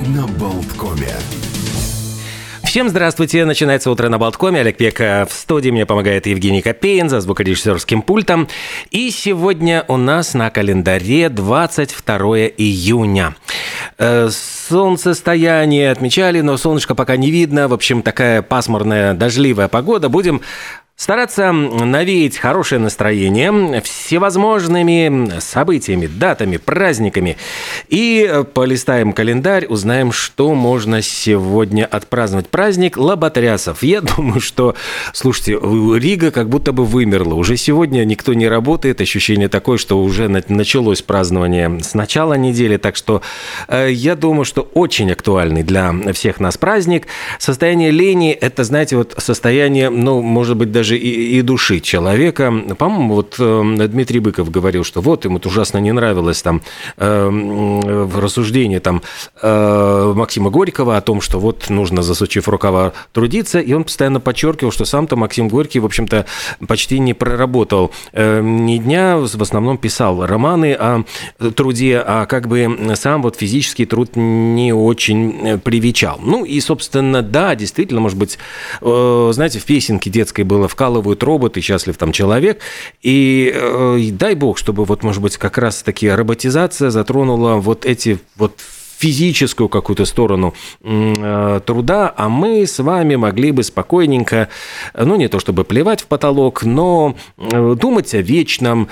на Болткоме. Всем здравствуйте. Начинается утро на Болткоме. Олег Пека в студии. Мне помогает Евгений Копейн за звукорежиссерским пультом. И сегодня у нас на календаре 22 июня. Солнцестояние отмечали, но солнышко пока не видно. В общем, такая пасмурная, дождливая погода. Будем стараться навеять хорошее настроение всевозможными событиями, датами, праздниками. И полистаем календарь, узнаем, что можно сегодня отпраздновать. Праздник лоботрясов. Я думаю, что, слушайте, Рига как будто бы вымерла. Уже сегодня никто не работает. Ощущение такое, что уже началось празднование с начала недели. Так что я думаю, что очень актуальный для всех нас праздник. Состояние лени – это, знаете, вот состояние, может быть, даже и души человека. По-моему, вот Дмитрий Быков говорил, что вот ему ужасно не нравилось там рассуждение там Максима Горького о том, что вот нужно, засучив рукава, трудиться, и он постоянно подчеркивал, что сам-то Максим Горький, в общем-то, почти не проработал ни дня, в основном писал романы о труде, а как бы сам вот физический труд не очень привечал. Ну и, собственно, да, действительно, может быть, знаете, в песенке детской было «Вкалывают роботы, счастлив там человек». И дай бог, чтобы вот, может быть, как раз-таки роботизация затронула вот эти вот физическую какую-то сторону труда, а мы с вами могли бы спокойненько, не то чтобы плевать в потолок, но думать о вечном,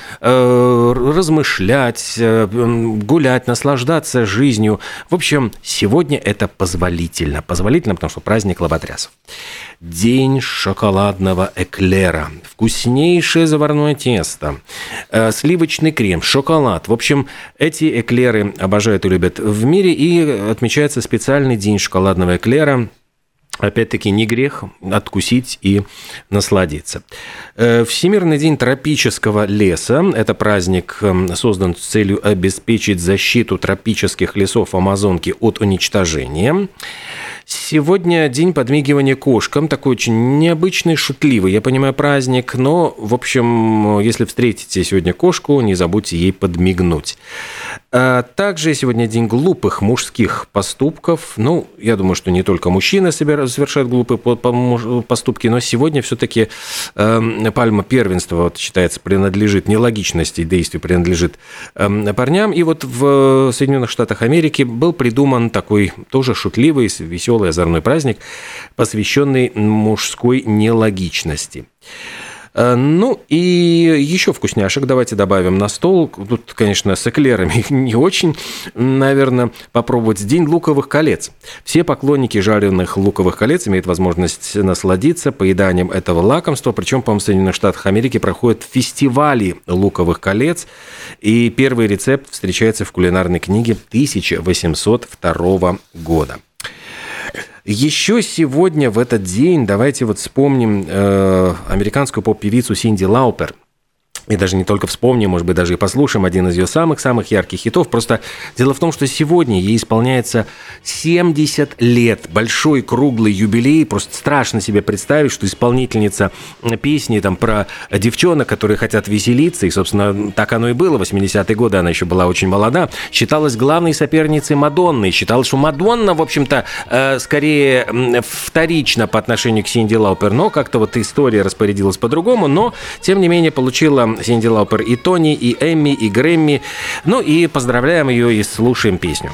размышлять, гулять, наслаждаться жизнью. В общем, сегодня это позволительно. Позволительно, потому что праздник лоботрясов. День шоколадного эклера. Вкуснейшее заварное тесто, сливочный крем, шоколад. В общем, эти эклеры обожают и любят в мире. И отмечается специальный день шоколадного эклера. Опять-таки, не грех откусить и насладиться. Всемирный день тропического леса. Это праздник создан с целью обеспечить защиту тропических лесов Амазонки от уничтожения. Сегодня день подмигивания кошкам. Такой очень необычный, шутливый, я понимаю, праздник. Но, в общем, если встретите сегодня кошку, не забудьте ей подмигнуть. Также сегодня день глупых мужских поступков. Я думаю, что не только мужчины совершают глупые поступки, но сегодня все-таки пальма первенства, считается, принадлежит, нелогичности действий принадлежит парням. И вот в Соединенных Штатах Америки был придуман такой тоже шутливый, веселый, озорной праздник, посвященный мужской нелогичности. И еще вкусняшек давайте добавим на стол. Тут, конечно, с эклерами не очень, наверное, попробовать. День луковых колец. Все поклонники жареных луковых колец имеют возможность насладиться поеданием этого лакомства. Причем, по-моему, в Соединенных Штатах Америки проходят фестивали луковых колец. И первый рецепт встречается в кулинарной книге 1802 года. Еще сегодня, в этот день, давайте вспомним американскую поп-певицу Синди Лаупер. И даже не только вспомним, может быть, даже и послушаем один из ее самых-самых ярких хитов. Просто дело в том, что сегодня ей исполняется 70 лет. Большой круглый юбилей. Просто страшно себе представить, что исполнительница песни про девчонок, которые хотят веселиться, и, собственно, так оно и было. В 80-е годы она еще была очень молода. Считалась главной соперницей Мадонны. Считалось, что Мадонна, в общем-то, скорее вторична по отношению к Синди Лаупер. Но как-то история распорядилась по-другому. Но, тем не менее, получила Синди Лаупер и Тони, и Эмми, и Грэмми. И поздравляем ее и слушаем песню.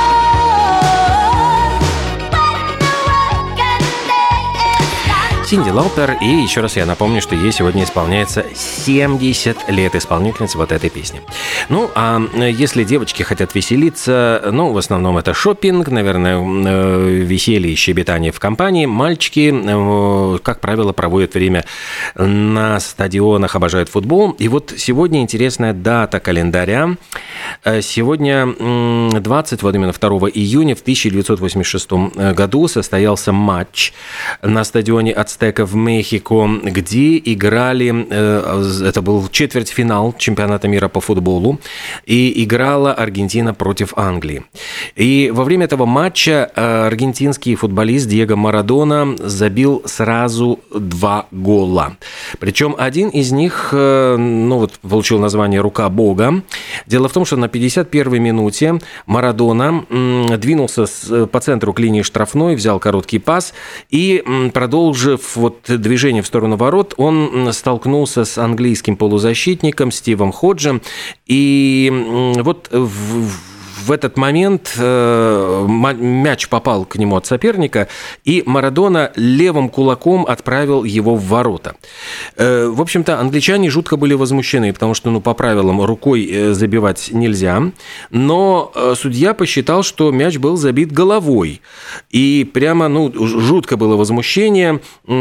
Синди Лопер. И еще раз я напомню, что ей сегодня исполняется 70 лет, исполнительницы вот этой песни. Ну, а если девочки хотят веселиться, ну, в основном это шопинг, наверное, веселье и щебетание в компании. Мальчики, как правило, проводят время на стадионах, обожают футбол. И вот сегодня интересная дата календаря. Сегодня 20, вот именно 2 июня в 1986 году состоялся матч на стадионе Ацтека в Мехико, где играли, это был четвертьфинал чемпионата мира по футболу, и играла Аргентина против Англии. И во время этого матча аргентинский футболист Диего Марадона забил сразу 2 гола. Причем один из них, ну вот, получил название «Рука Бога». Дело в том, что на 51-й минуте Марадона двинулся по центру к линии штрафной, взял короткий пас и, продолжив вот движение в сторону ворот, он столкнулся с английским полузащитником Стивом Ходжем. И вот в этот момент мяч попал к нему от соперника, и Марадона левым кулаком отправил его в ворота. В общем-то, англичане жутко были возмущены, потому что, ну, по правилам, рукой забивать нельзя, но судья посчитал, что мяч был забит головой. И прямо, ну, жутко было возмущение,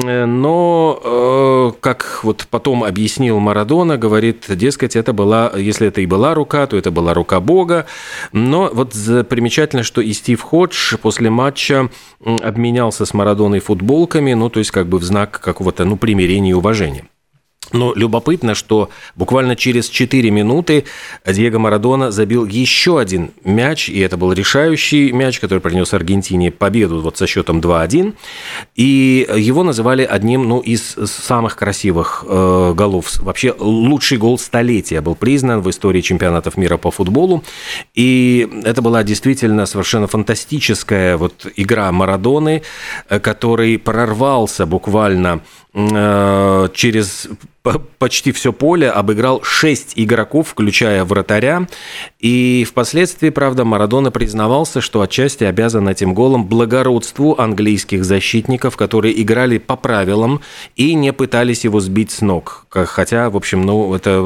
но, как вот потом объяснил Марадона, говорит, дескать, это была, если это и была рука, то это была рука Бога. Но вот примечательно, что и Стив Ходж после матча обменялся с Марадоной футболками, ну, то есть как бы в знак какого-то, ну, примирения и уважения. Но любопытно, что буквально через 4 минуты Диего Марадона забил еще один мяч, и это был решающий мяч, который принес Аргентине победу вот со счетом 2-1. И его называли одним, ну, из самых красивых голов. Вообще лучший гол столетия был признан в истории чемпионатов мира по футболу. И это была действительно совершенно фантастическая вот игра Марадоны, который прорвался буквально через почти все поле, обыграл 6 игроков, включая вратаря. И впоследствии, правда, Марадона признавался, что отчасти обязан этим голом благородству английских защитников, которые играли по правилам и не пытались его сбить с ног. Хотя, в общем, ну, это,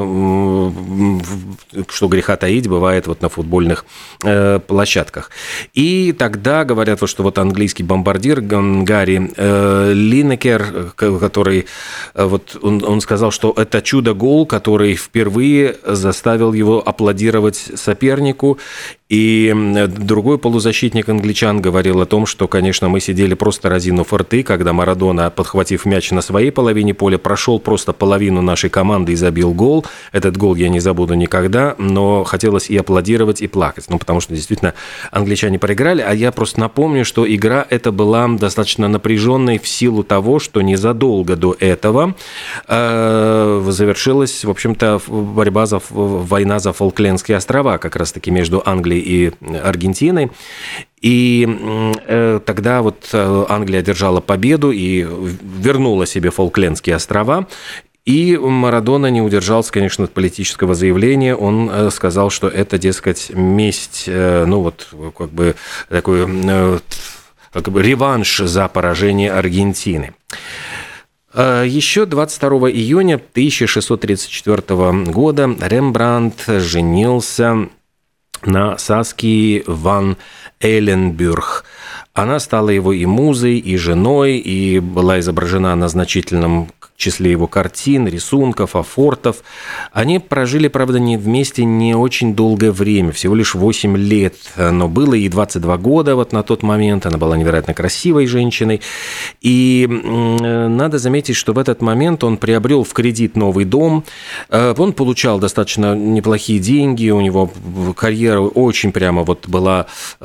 что греха таить, бывает вот на футбольных площадках. И тогда говорят, что вот английский бомбардир Гарри Линекер, который вот он сказал, что это чудо-гол, который впервые заставил его аплодировать сопернику. И другой полузащитник англичан говорил о том, что, конечно, мы сидели просто разинув рты, когда Марадона, подхватив мяч на своей половине поля, прошел просто половину нашей команды и забил гол. Этот гол я не забуду никогда, но хотелось и аплодировать, и плакать. Ну, потому что, действительно, англичане проиграли. А я просто напомню, что игра эта была достаточно напряженной в силу того, что незадолго до этого завершилась, в общем-то, война за Фолклендские острова, как раз-таки между Англией и Аргентиной. И тогда вот Англия одержала победу и вернула себе Фолклендские острова. И Марадона не удержался, конечно, от политического заявления. Он сказал, что это, дескать, месть, ну вот как бы такой как бы реванш за поражение Аргентины. Еще 22 июня 1634 года Рембрандт женился на Саскии ван Эйленбюрг. Она стала его и музой, и женой, и была изображена на значительном числе его картин, рисунков, афортов. Они прожили, правда, вместе не очень долгое время, всего лишь 8 лет, но было ей 22 года вот на тот момент, она была невероятно красивой женщиной. И надо заметить, что в этот момент он приобрел в кредит новый дом, он получал достаточно неплохие деньги, у него карьера очень прямо вот была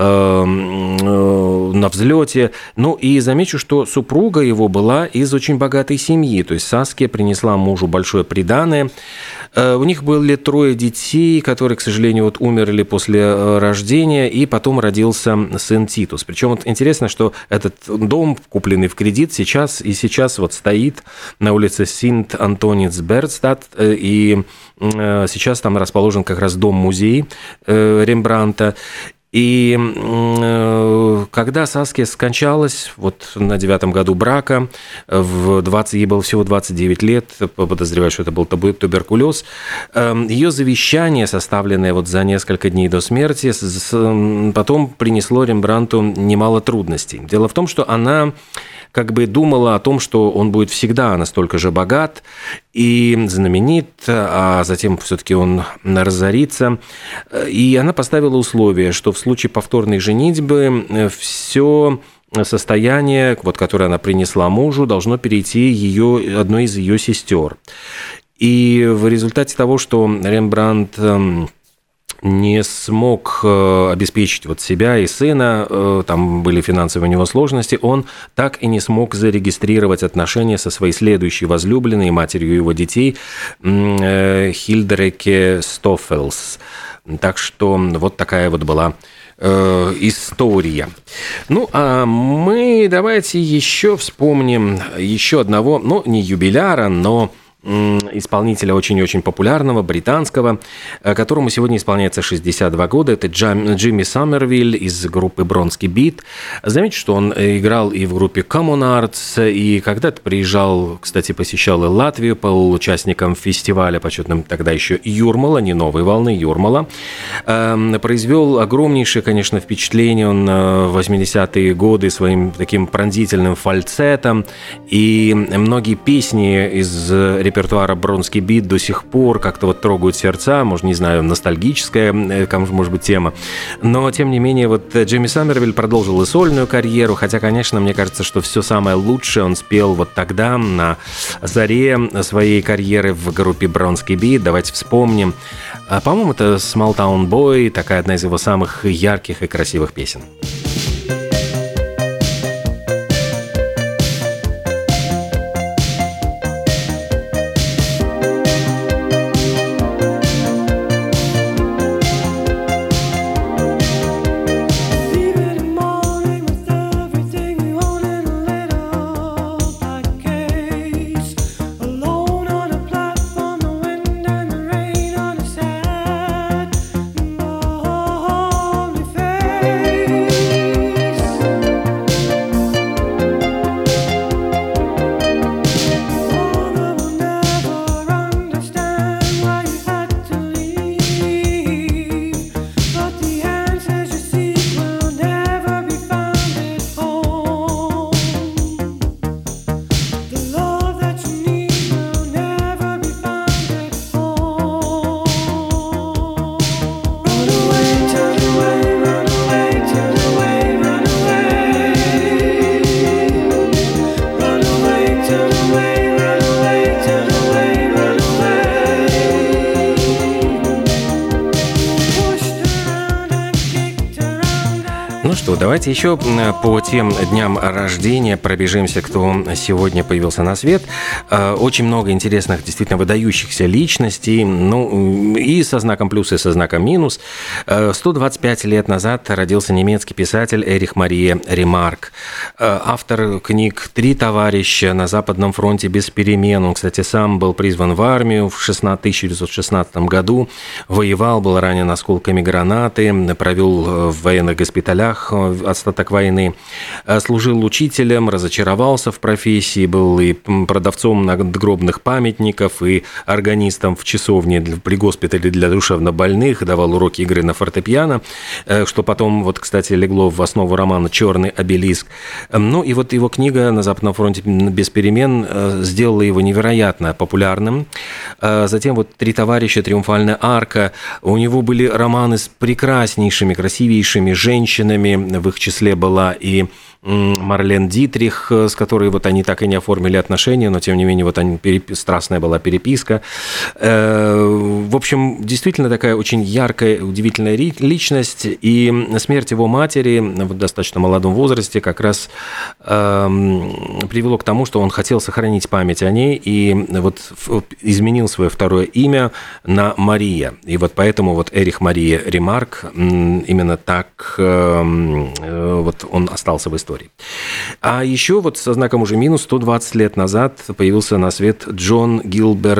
на взлете. Ну и замечу, что супруга его была из очень богатой семьи, то есть Саския принесла мужу большое приданое. У них были 3 детей, которые, к сожалению, вот умерли после рождения, и потом родился сын Титус. Причем вот интересно, что этот дом, купленный в кредит, сейчас вот стоит на улице Синт-Антониц-Бердстад, и сейчас там расположен как раз дом-музей Рембрандта. И когда Саския скончалась, вот на 9-м году брака, ей было всего 29 лет, подозреваю, что это был туберкулез, ее завещание, составленное вот за несколько дней до смерти, потом принесло Рембрандту немало трудностей. Дело в том, что она как бы думала о том, что он будет всегда настолько же богат и знаменит, а затем все-таки он разорится. И она поставила условие, что в случае повторной женитьбы все состояние, вот, которое она принесла мужу, должно перейти одной из ее сестер. И в результате того, что Рембрандт не смог обеспечить вот себя и сына, там были финансовые у него сложности, он так и не смог зарегистрировать отношения со своей следующей возлюбленной, матерью его детей, Хильдереке Стоффелс. Так что вот такая вот была история. Ну, а мы давайте еще вспомним еще одного, не юбиляра, но исполнителя очень-очень популярного, британского, которому сегодня исполняется 62 года. Это Джимми Сомервилл из группы «Бронский бит». Заметьте, что он играл и в группе Common Arts, и когда-то приезжал, кстати, посещал и Латвию, был участником фестиваля, почетным тогда еще Юрмала, не новой волны, Юрмала. Произвел огромнейшее, конечно, впечатление он в 80-е годы своим таким пронзительным фальцетом, и многие песни из репертуара «Бронский бит» до сих пор как-то вот трогают сердца, может, не знаю, ностальгическая, может быть, тема. Но, тем не менее, вот Джимми Сомервилл продолжил и сольную карьеру, хотя, конечно, мне кажется, что все самое лучшее он спел вот тогда, на заре своей карьеры в группе «Бронский бит». Давайте вспомним. По-моему, это «Small Town Boy», такая одна из его самых ярких и красивых песен. Давайте еще по тем дням рождения пробежимся, кто сегодня появился на свет. Очень много интересных, действительно выдающихся личностей, и со знаком плюс, и со знаком минус. 125 лет назад родился немецкий писатель Эрих Мария Ремарк, автор книг «Три товарища», «На Западном фронте без перемен». Он, кстати, сам был призван в армию в 1916 году, воевал, был ранен осколками гранаты, провел в военных госпиталях остаток войны, служил учителем, разочаровался в профессии, был и продавцом надгробных памятников, и органистом в часовне при госпитале для душевнобольных, давал уроки игры на фортепиано, что потом, вот, кстати, легло в основу романа «Черный обелиск». И вот его книга «На Западном фронте без перемен» сделала его невероятно популярным. Затем вот «Три товарища», «Триумфальная арка». У него были романы с прекраснейшими, красивейшими женщинами. В их числе была и Марлен Дитрих, с которой вот они так и не оформили отношения, но тем не менее вот страстная была переписка. В общем, действительно такая очень яркая, удивительная личность, и смерть его матери в достаточно молодом возрасте как раз привело к тому, что он хотел сохранить память о ней и вот изменил свое второе имя на Мария. И вот поэтому вот Эрих Мария Ремарк именно так вот он остался в истории. А еще вот со знаком уже минус 120 лет назад появился на свет Джон Гилберт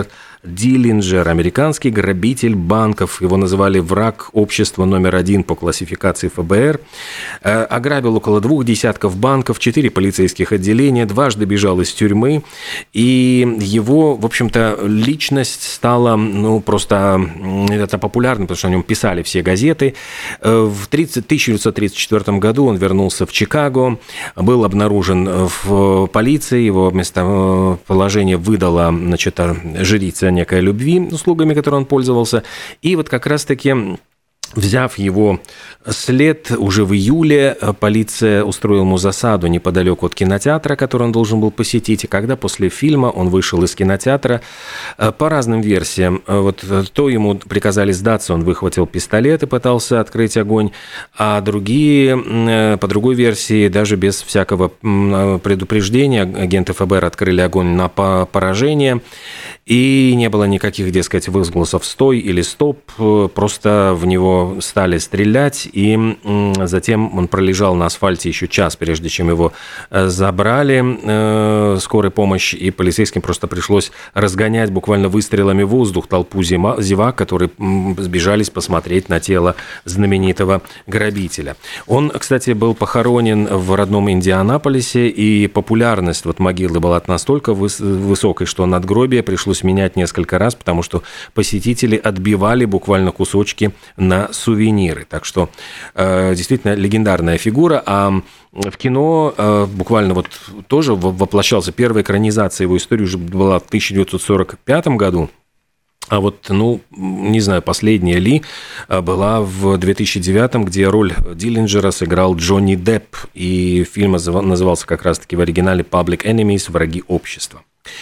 Диллинджер, американский грабитель банков. Его называли враг общества номер 1 по классификации ФБР. Ограбил около 2 десятков банков, 4 полицейских отделения, дважды бежал из тюрьмы. И его, в общем-то, личность стала, просто это популярной, потому что о нем писали все газеты. В 1934 году он вернулся в Чикаго, был обнаружен в полиции, его местоположение выдала, жрица некой любви, услугами, которой он пользовался. И вот как раз-таки, взяв его след, уже в июле полиция устроила ему засаду неподалеку от кинотеатра, который он должен был посетить. И когда после фильма он вышел из кинотеатра, по разным версиям, то ему приказали сдаться, он выхватил пистолет и пытался открыть огонь, а другие, по другой версии, даже без всякого предупреждения, агенты ФБР открыли огонь на поражение, и не было никаких, дескать, возгласов «стой» или «стоп», просто в него стали стрелять, и затем он пролежал на асфальте еще час, прежде чем его забрали скорой помощи, и полицейским просто пришлось разгонять буквально выстрелами в воздух толпу зевак, которые сбежались посмотреть на тело знаменитого грабителя. Он, кстати, был похоронен в родном Индианаполисе, и популярность могилы была настолько высокой, что надгробие пришлось менять несколько раз, потому что посетители отбивали буквально кусочки на сувениры. Так что действительно легендарная фигура. А в кино буквально тоже воплощался. Первая экранизация его истории уже была в 1945 году. А не знаю, последняя ли была в 2009, где роль Диллинджера сыграл Джонни Депп. И фильм назывался как раз-таки в оригинале «Public Enemies. Враги общества».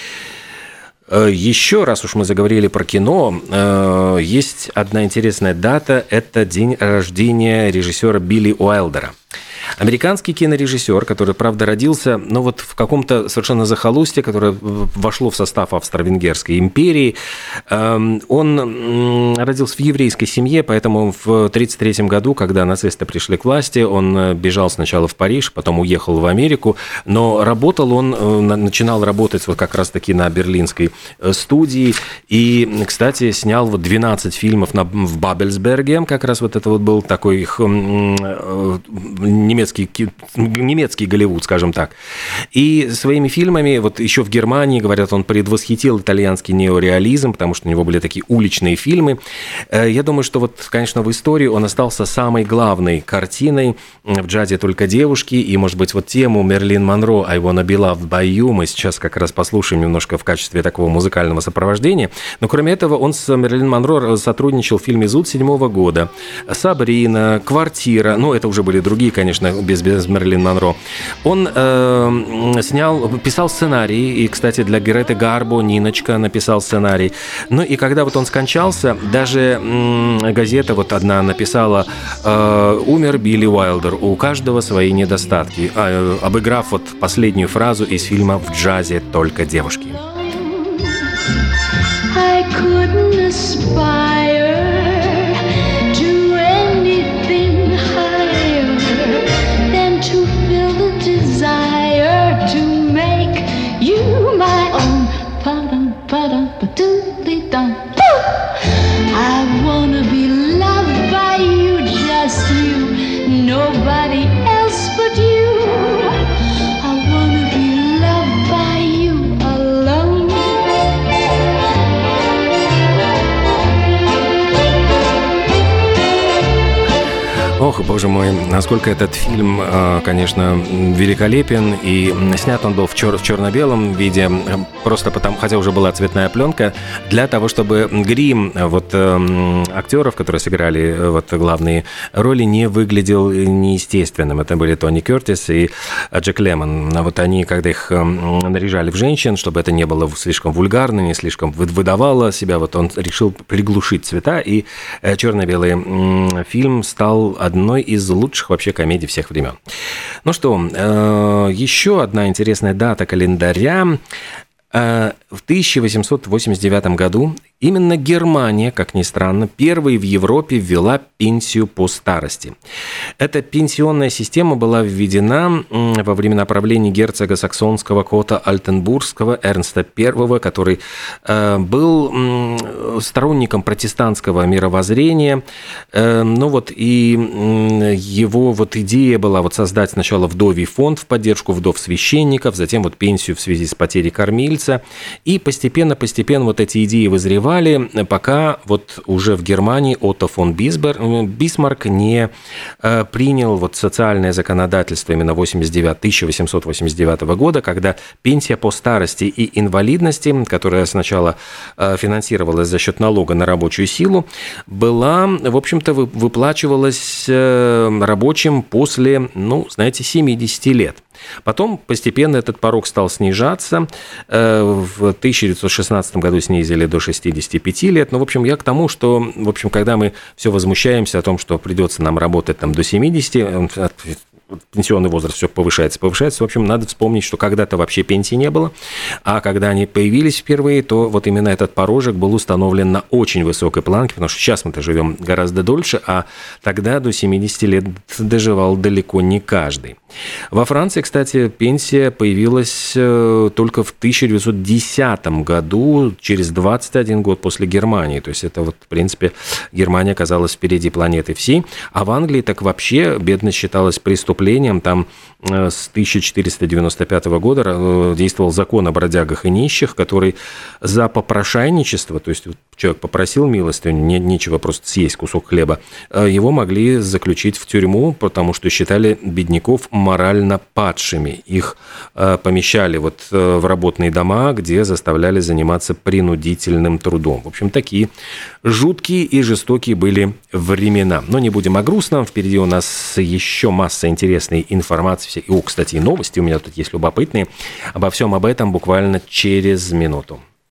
Еще раз уж мы заговорили про кино, есть одна интересная дата – это день рождения режиссера Билли Уайлдера. Американский кинорежиссер, который, правда, родился, в каком-то совершенно захолустье, которое вошло в состав Австро-Венгерской империи. Он родился в еврейской семье, поэтому в 1933 году, когда нацисты пришли к власти, он бежал сначала в Париж, потом уехал в Америку, но работал он, начинал работать как раз-таки на берлинской студии, и, кстати, снял 12 фильмов в Бабельсберге, как раз это был такой их немецкий Голливуд, скажем так. И своими фильмами, еще в Германии, говорят, он предвосхитил итальянский неореализм, потому что у него были такие уличные фильмы. Я думаю, что конечно, в истории он остался самой главной картиной в джазе «Только девушки», и, может быть, тему Мерлин Монро «I wanna be loved by you» мы сейчас как раз послушаем немножко в качестве такого музыкального сопровождения. Но, кроме этого, он с Мерлин Монро сотрудничал в фильме «Зуд» 1977 года, «Сабрина», «Квартира», это уже были другие, конечно, без Мерлин Монро. Он писал сценарий, и, кстати, для Греты Гарбо Ниночка написал сценарий. И когда он скончался, даже газета одна написала «Умер Билли Уайлдер, у каждого свои недостатки», обыграв последнюю фразу из фильма «В джазе только девушки». I couldn't aspire to anything higher than to feel the desire to make you my own. I wanna be loved by you, just you, nobody else but you. I wanna be loved by you alone. Ох, боже мой, насколько этот фильм, конечно, великолепен, и снят он был в черно-белом виде, просто потому, хотя уже была цветная пленка, для того, чтобы грим актеров, которые сыграли главные роли, не выглядел неестественным. Это были Тони Кертис и Джек Лемон. Они, когда их наряжали в женщин, чтобы это не было слишком вульгарно, не слишком выдавало себя, он решил приглушить цвета, и черно-белый фильм стал одной из лучших вообще комедий всех времен. Ну что, еще одна интересная дата календаря. в 1889 году именно Германия, как ни странно, первой в Европе ввела пенсию по старости. Эта пенсионная система была введена во времена правления герцога саксонского Кота Альтенбургского Эрнста I, который был сторонником протестантского мировоззрения. Ну вот и его вот идея была вот создать сначала вдовий фонд в поддержку вдов священников, затем вот пенсию в связи с потерей кормильца. И постепенно вот эти идеи вызревали, пока вот уже в Германии Отто фон Бисмарк не принял вот социальное законодательство именно 1889 года, когда пенсия по старости и инвалидности, которая сначала финансировалась за счет налога на рабочую силу, была, в общем-то, выплачивалась рабочим после, 70 лет. Потом постепенно этот порог стал снижаться. В 1916 году снизили до 65 лет. В общем, я к тому, что, когда мы все возмущаемся о том, что придется нам работать там до 70, пенсионный возраст все повышается. В общем, надо вспомнить, что когда-то вообще пенсии не было, а когда они появились впервые, то вот именно этот порожек был установлен на очень высокой планке, потому что сейчас мы-то живем гораздо дольше, а тогда до 70 лет доживал далеко не каждый. Во Франции, кстати, пенсия появилась только в 1910 году, через 21 год после Германии. То есть это вот, в принципе, Германия оказалась впереди планеты всей. А в Англии так вообще бедность считалась преступлением. Там с 1495 года действовал закон о бродягах и нищих, который за попрошайничество, то есть человек попросил милостыню, нечего просто съесть кусок хлеба, его могли заключить в тюрьму, потому что считали бедняков морально падшими. Их помещали вот в работные дома, где заставляли заниматься принудительным трудом. В общем, такие жуткие и жестокие были времена. Но не будем о грустном, впереди у нас еще масса интересной информации. И, кстати, и новости у меня тут есть любопытные. Обо всем об этом буквально через минуту.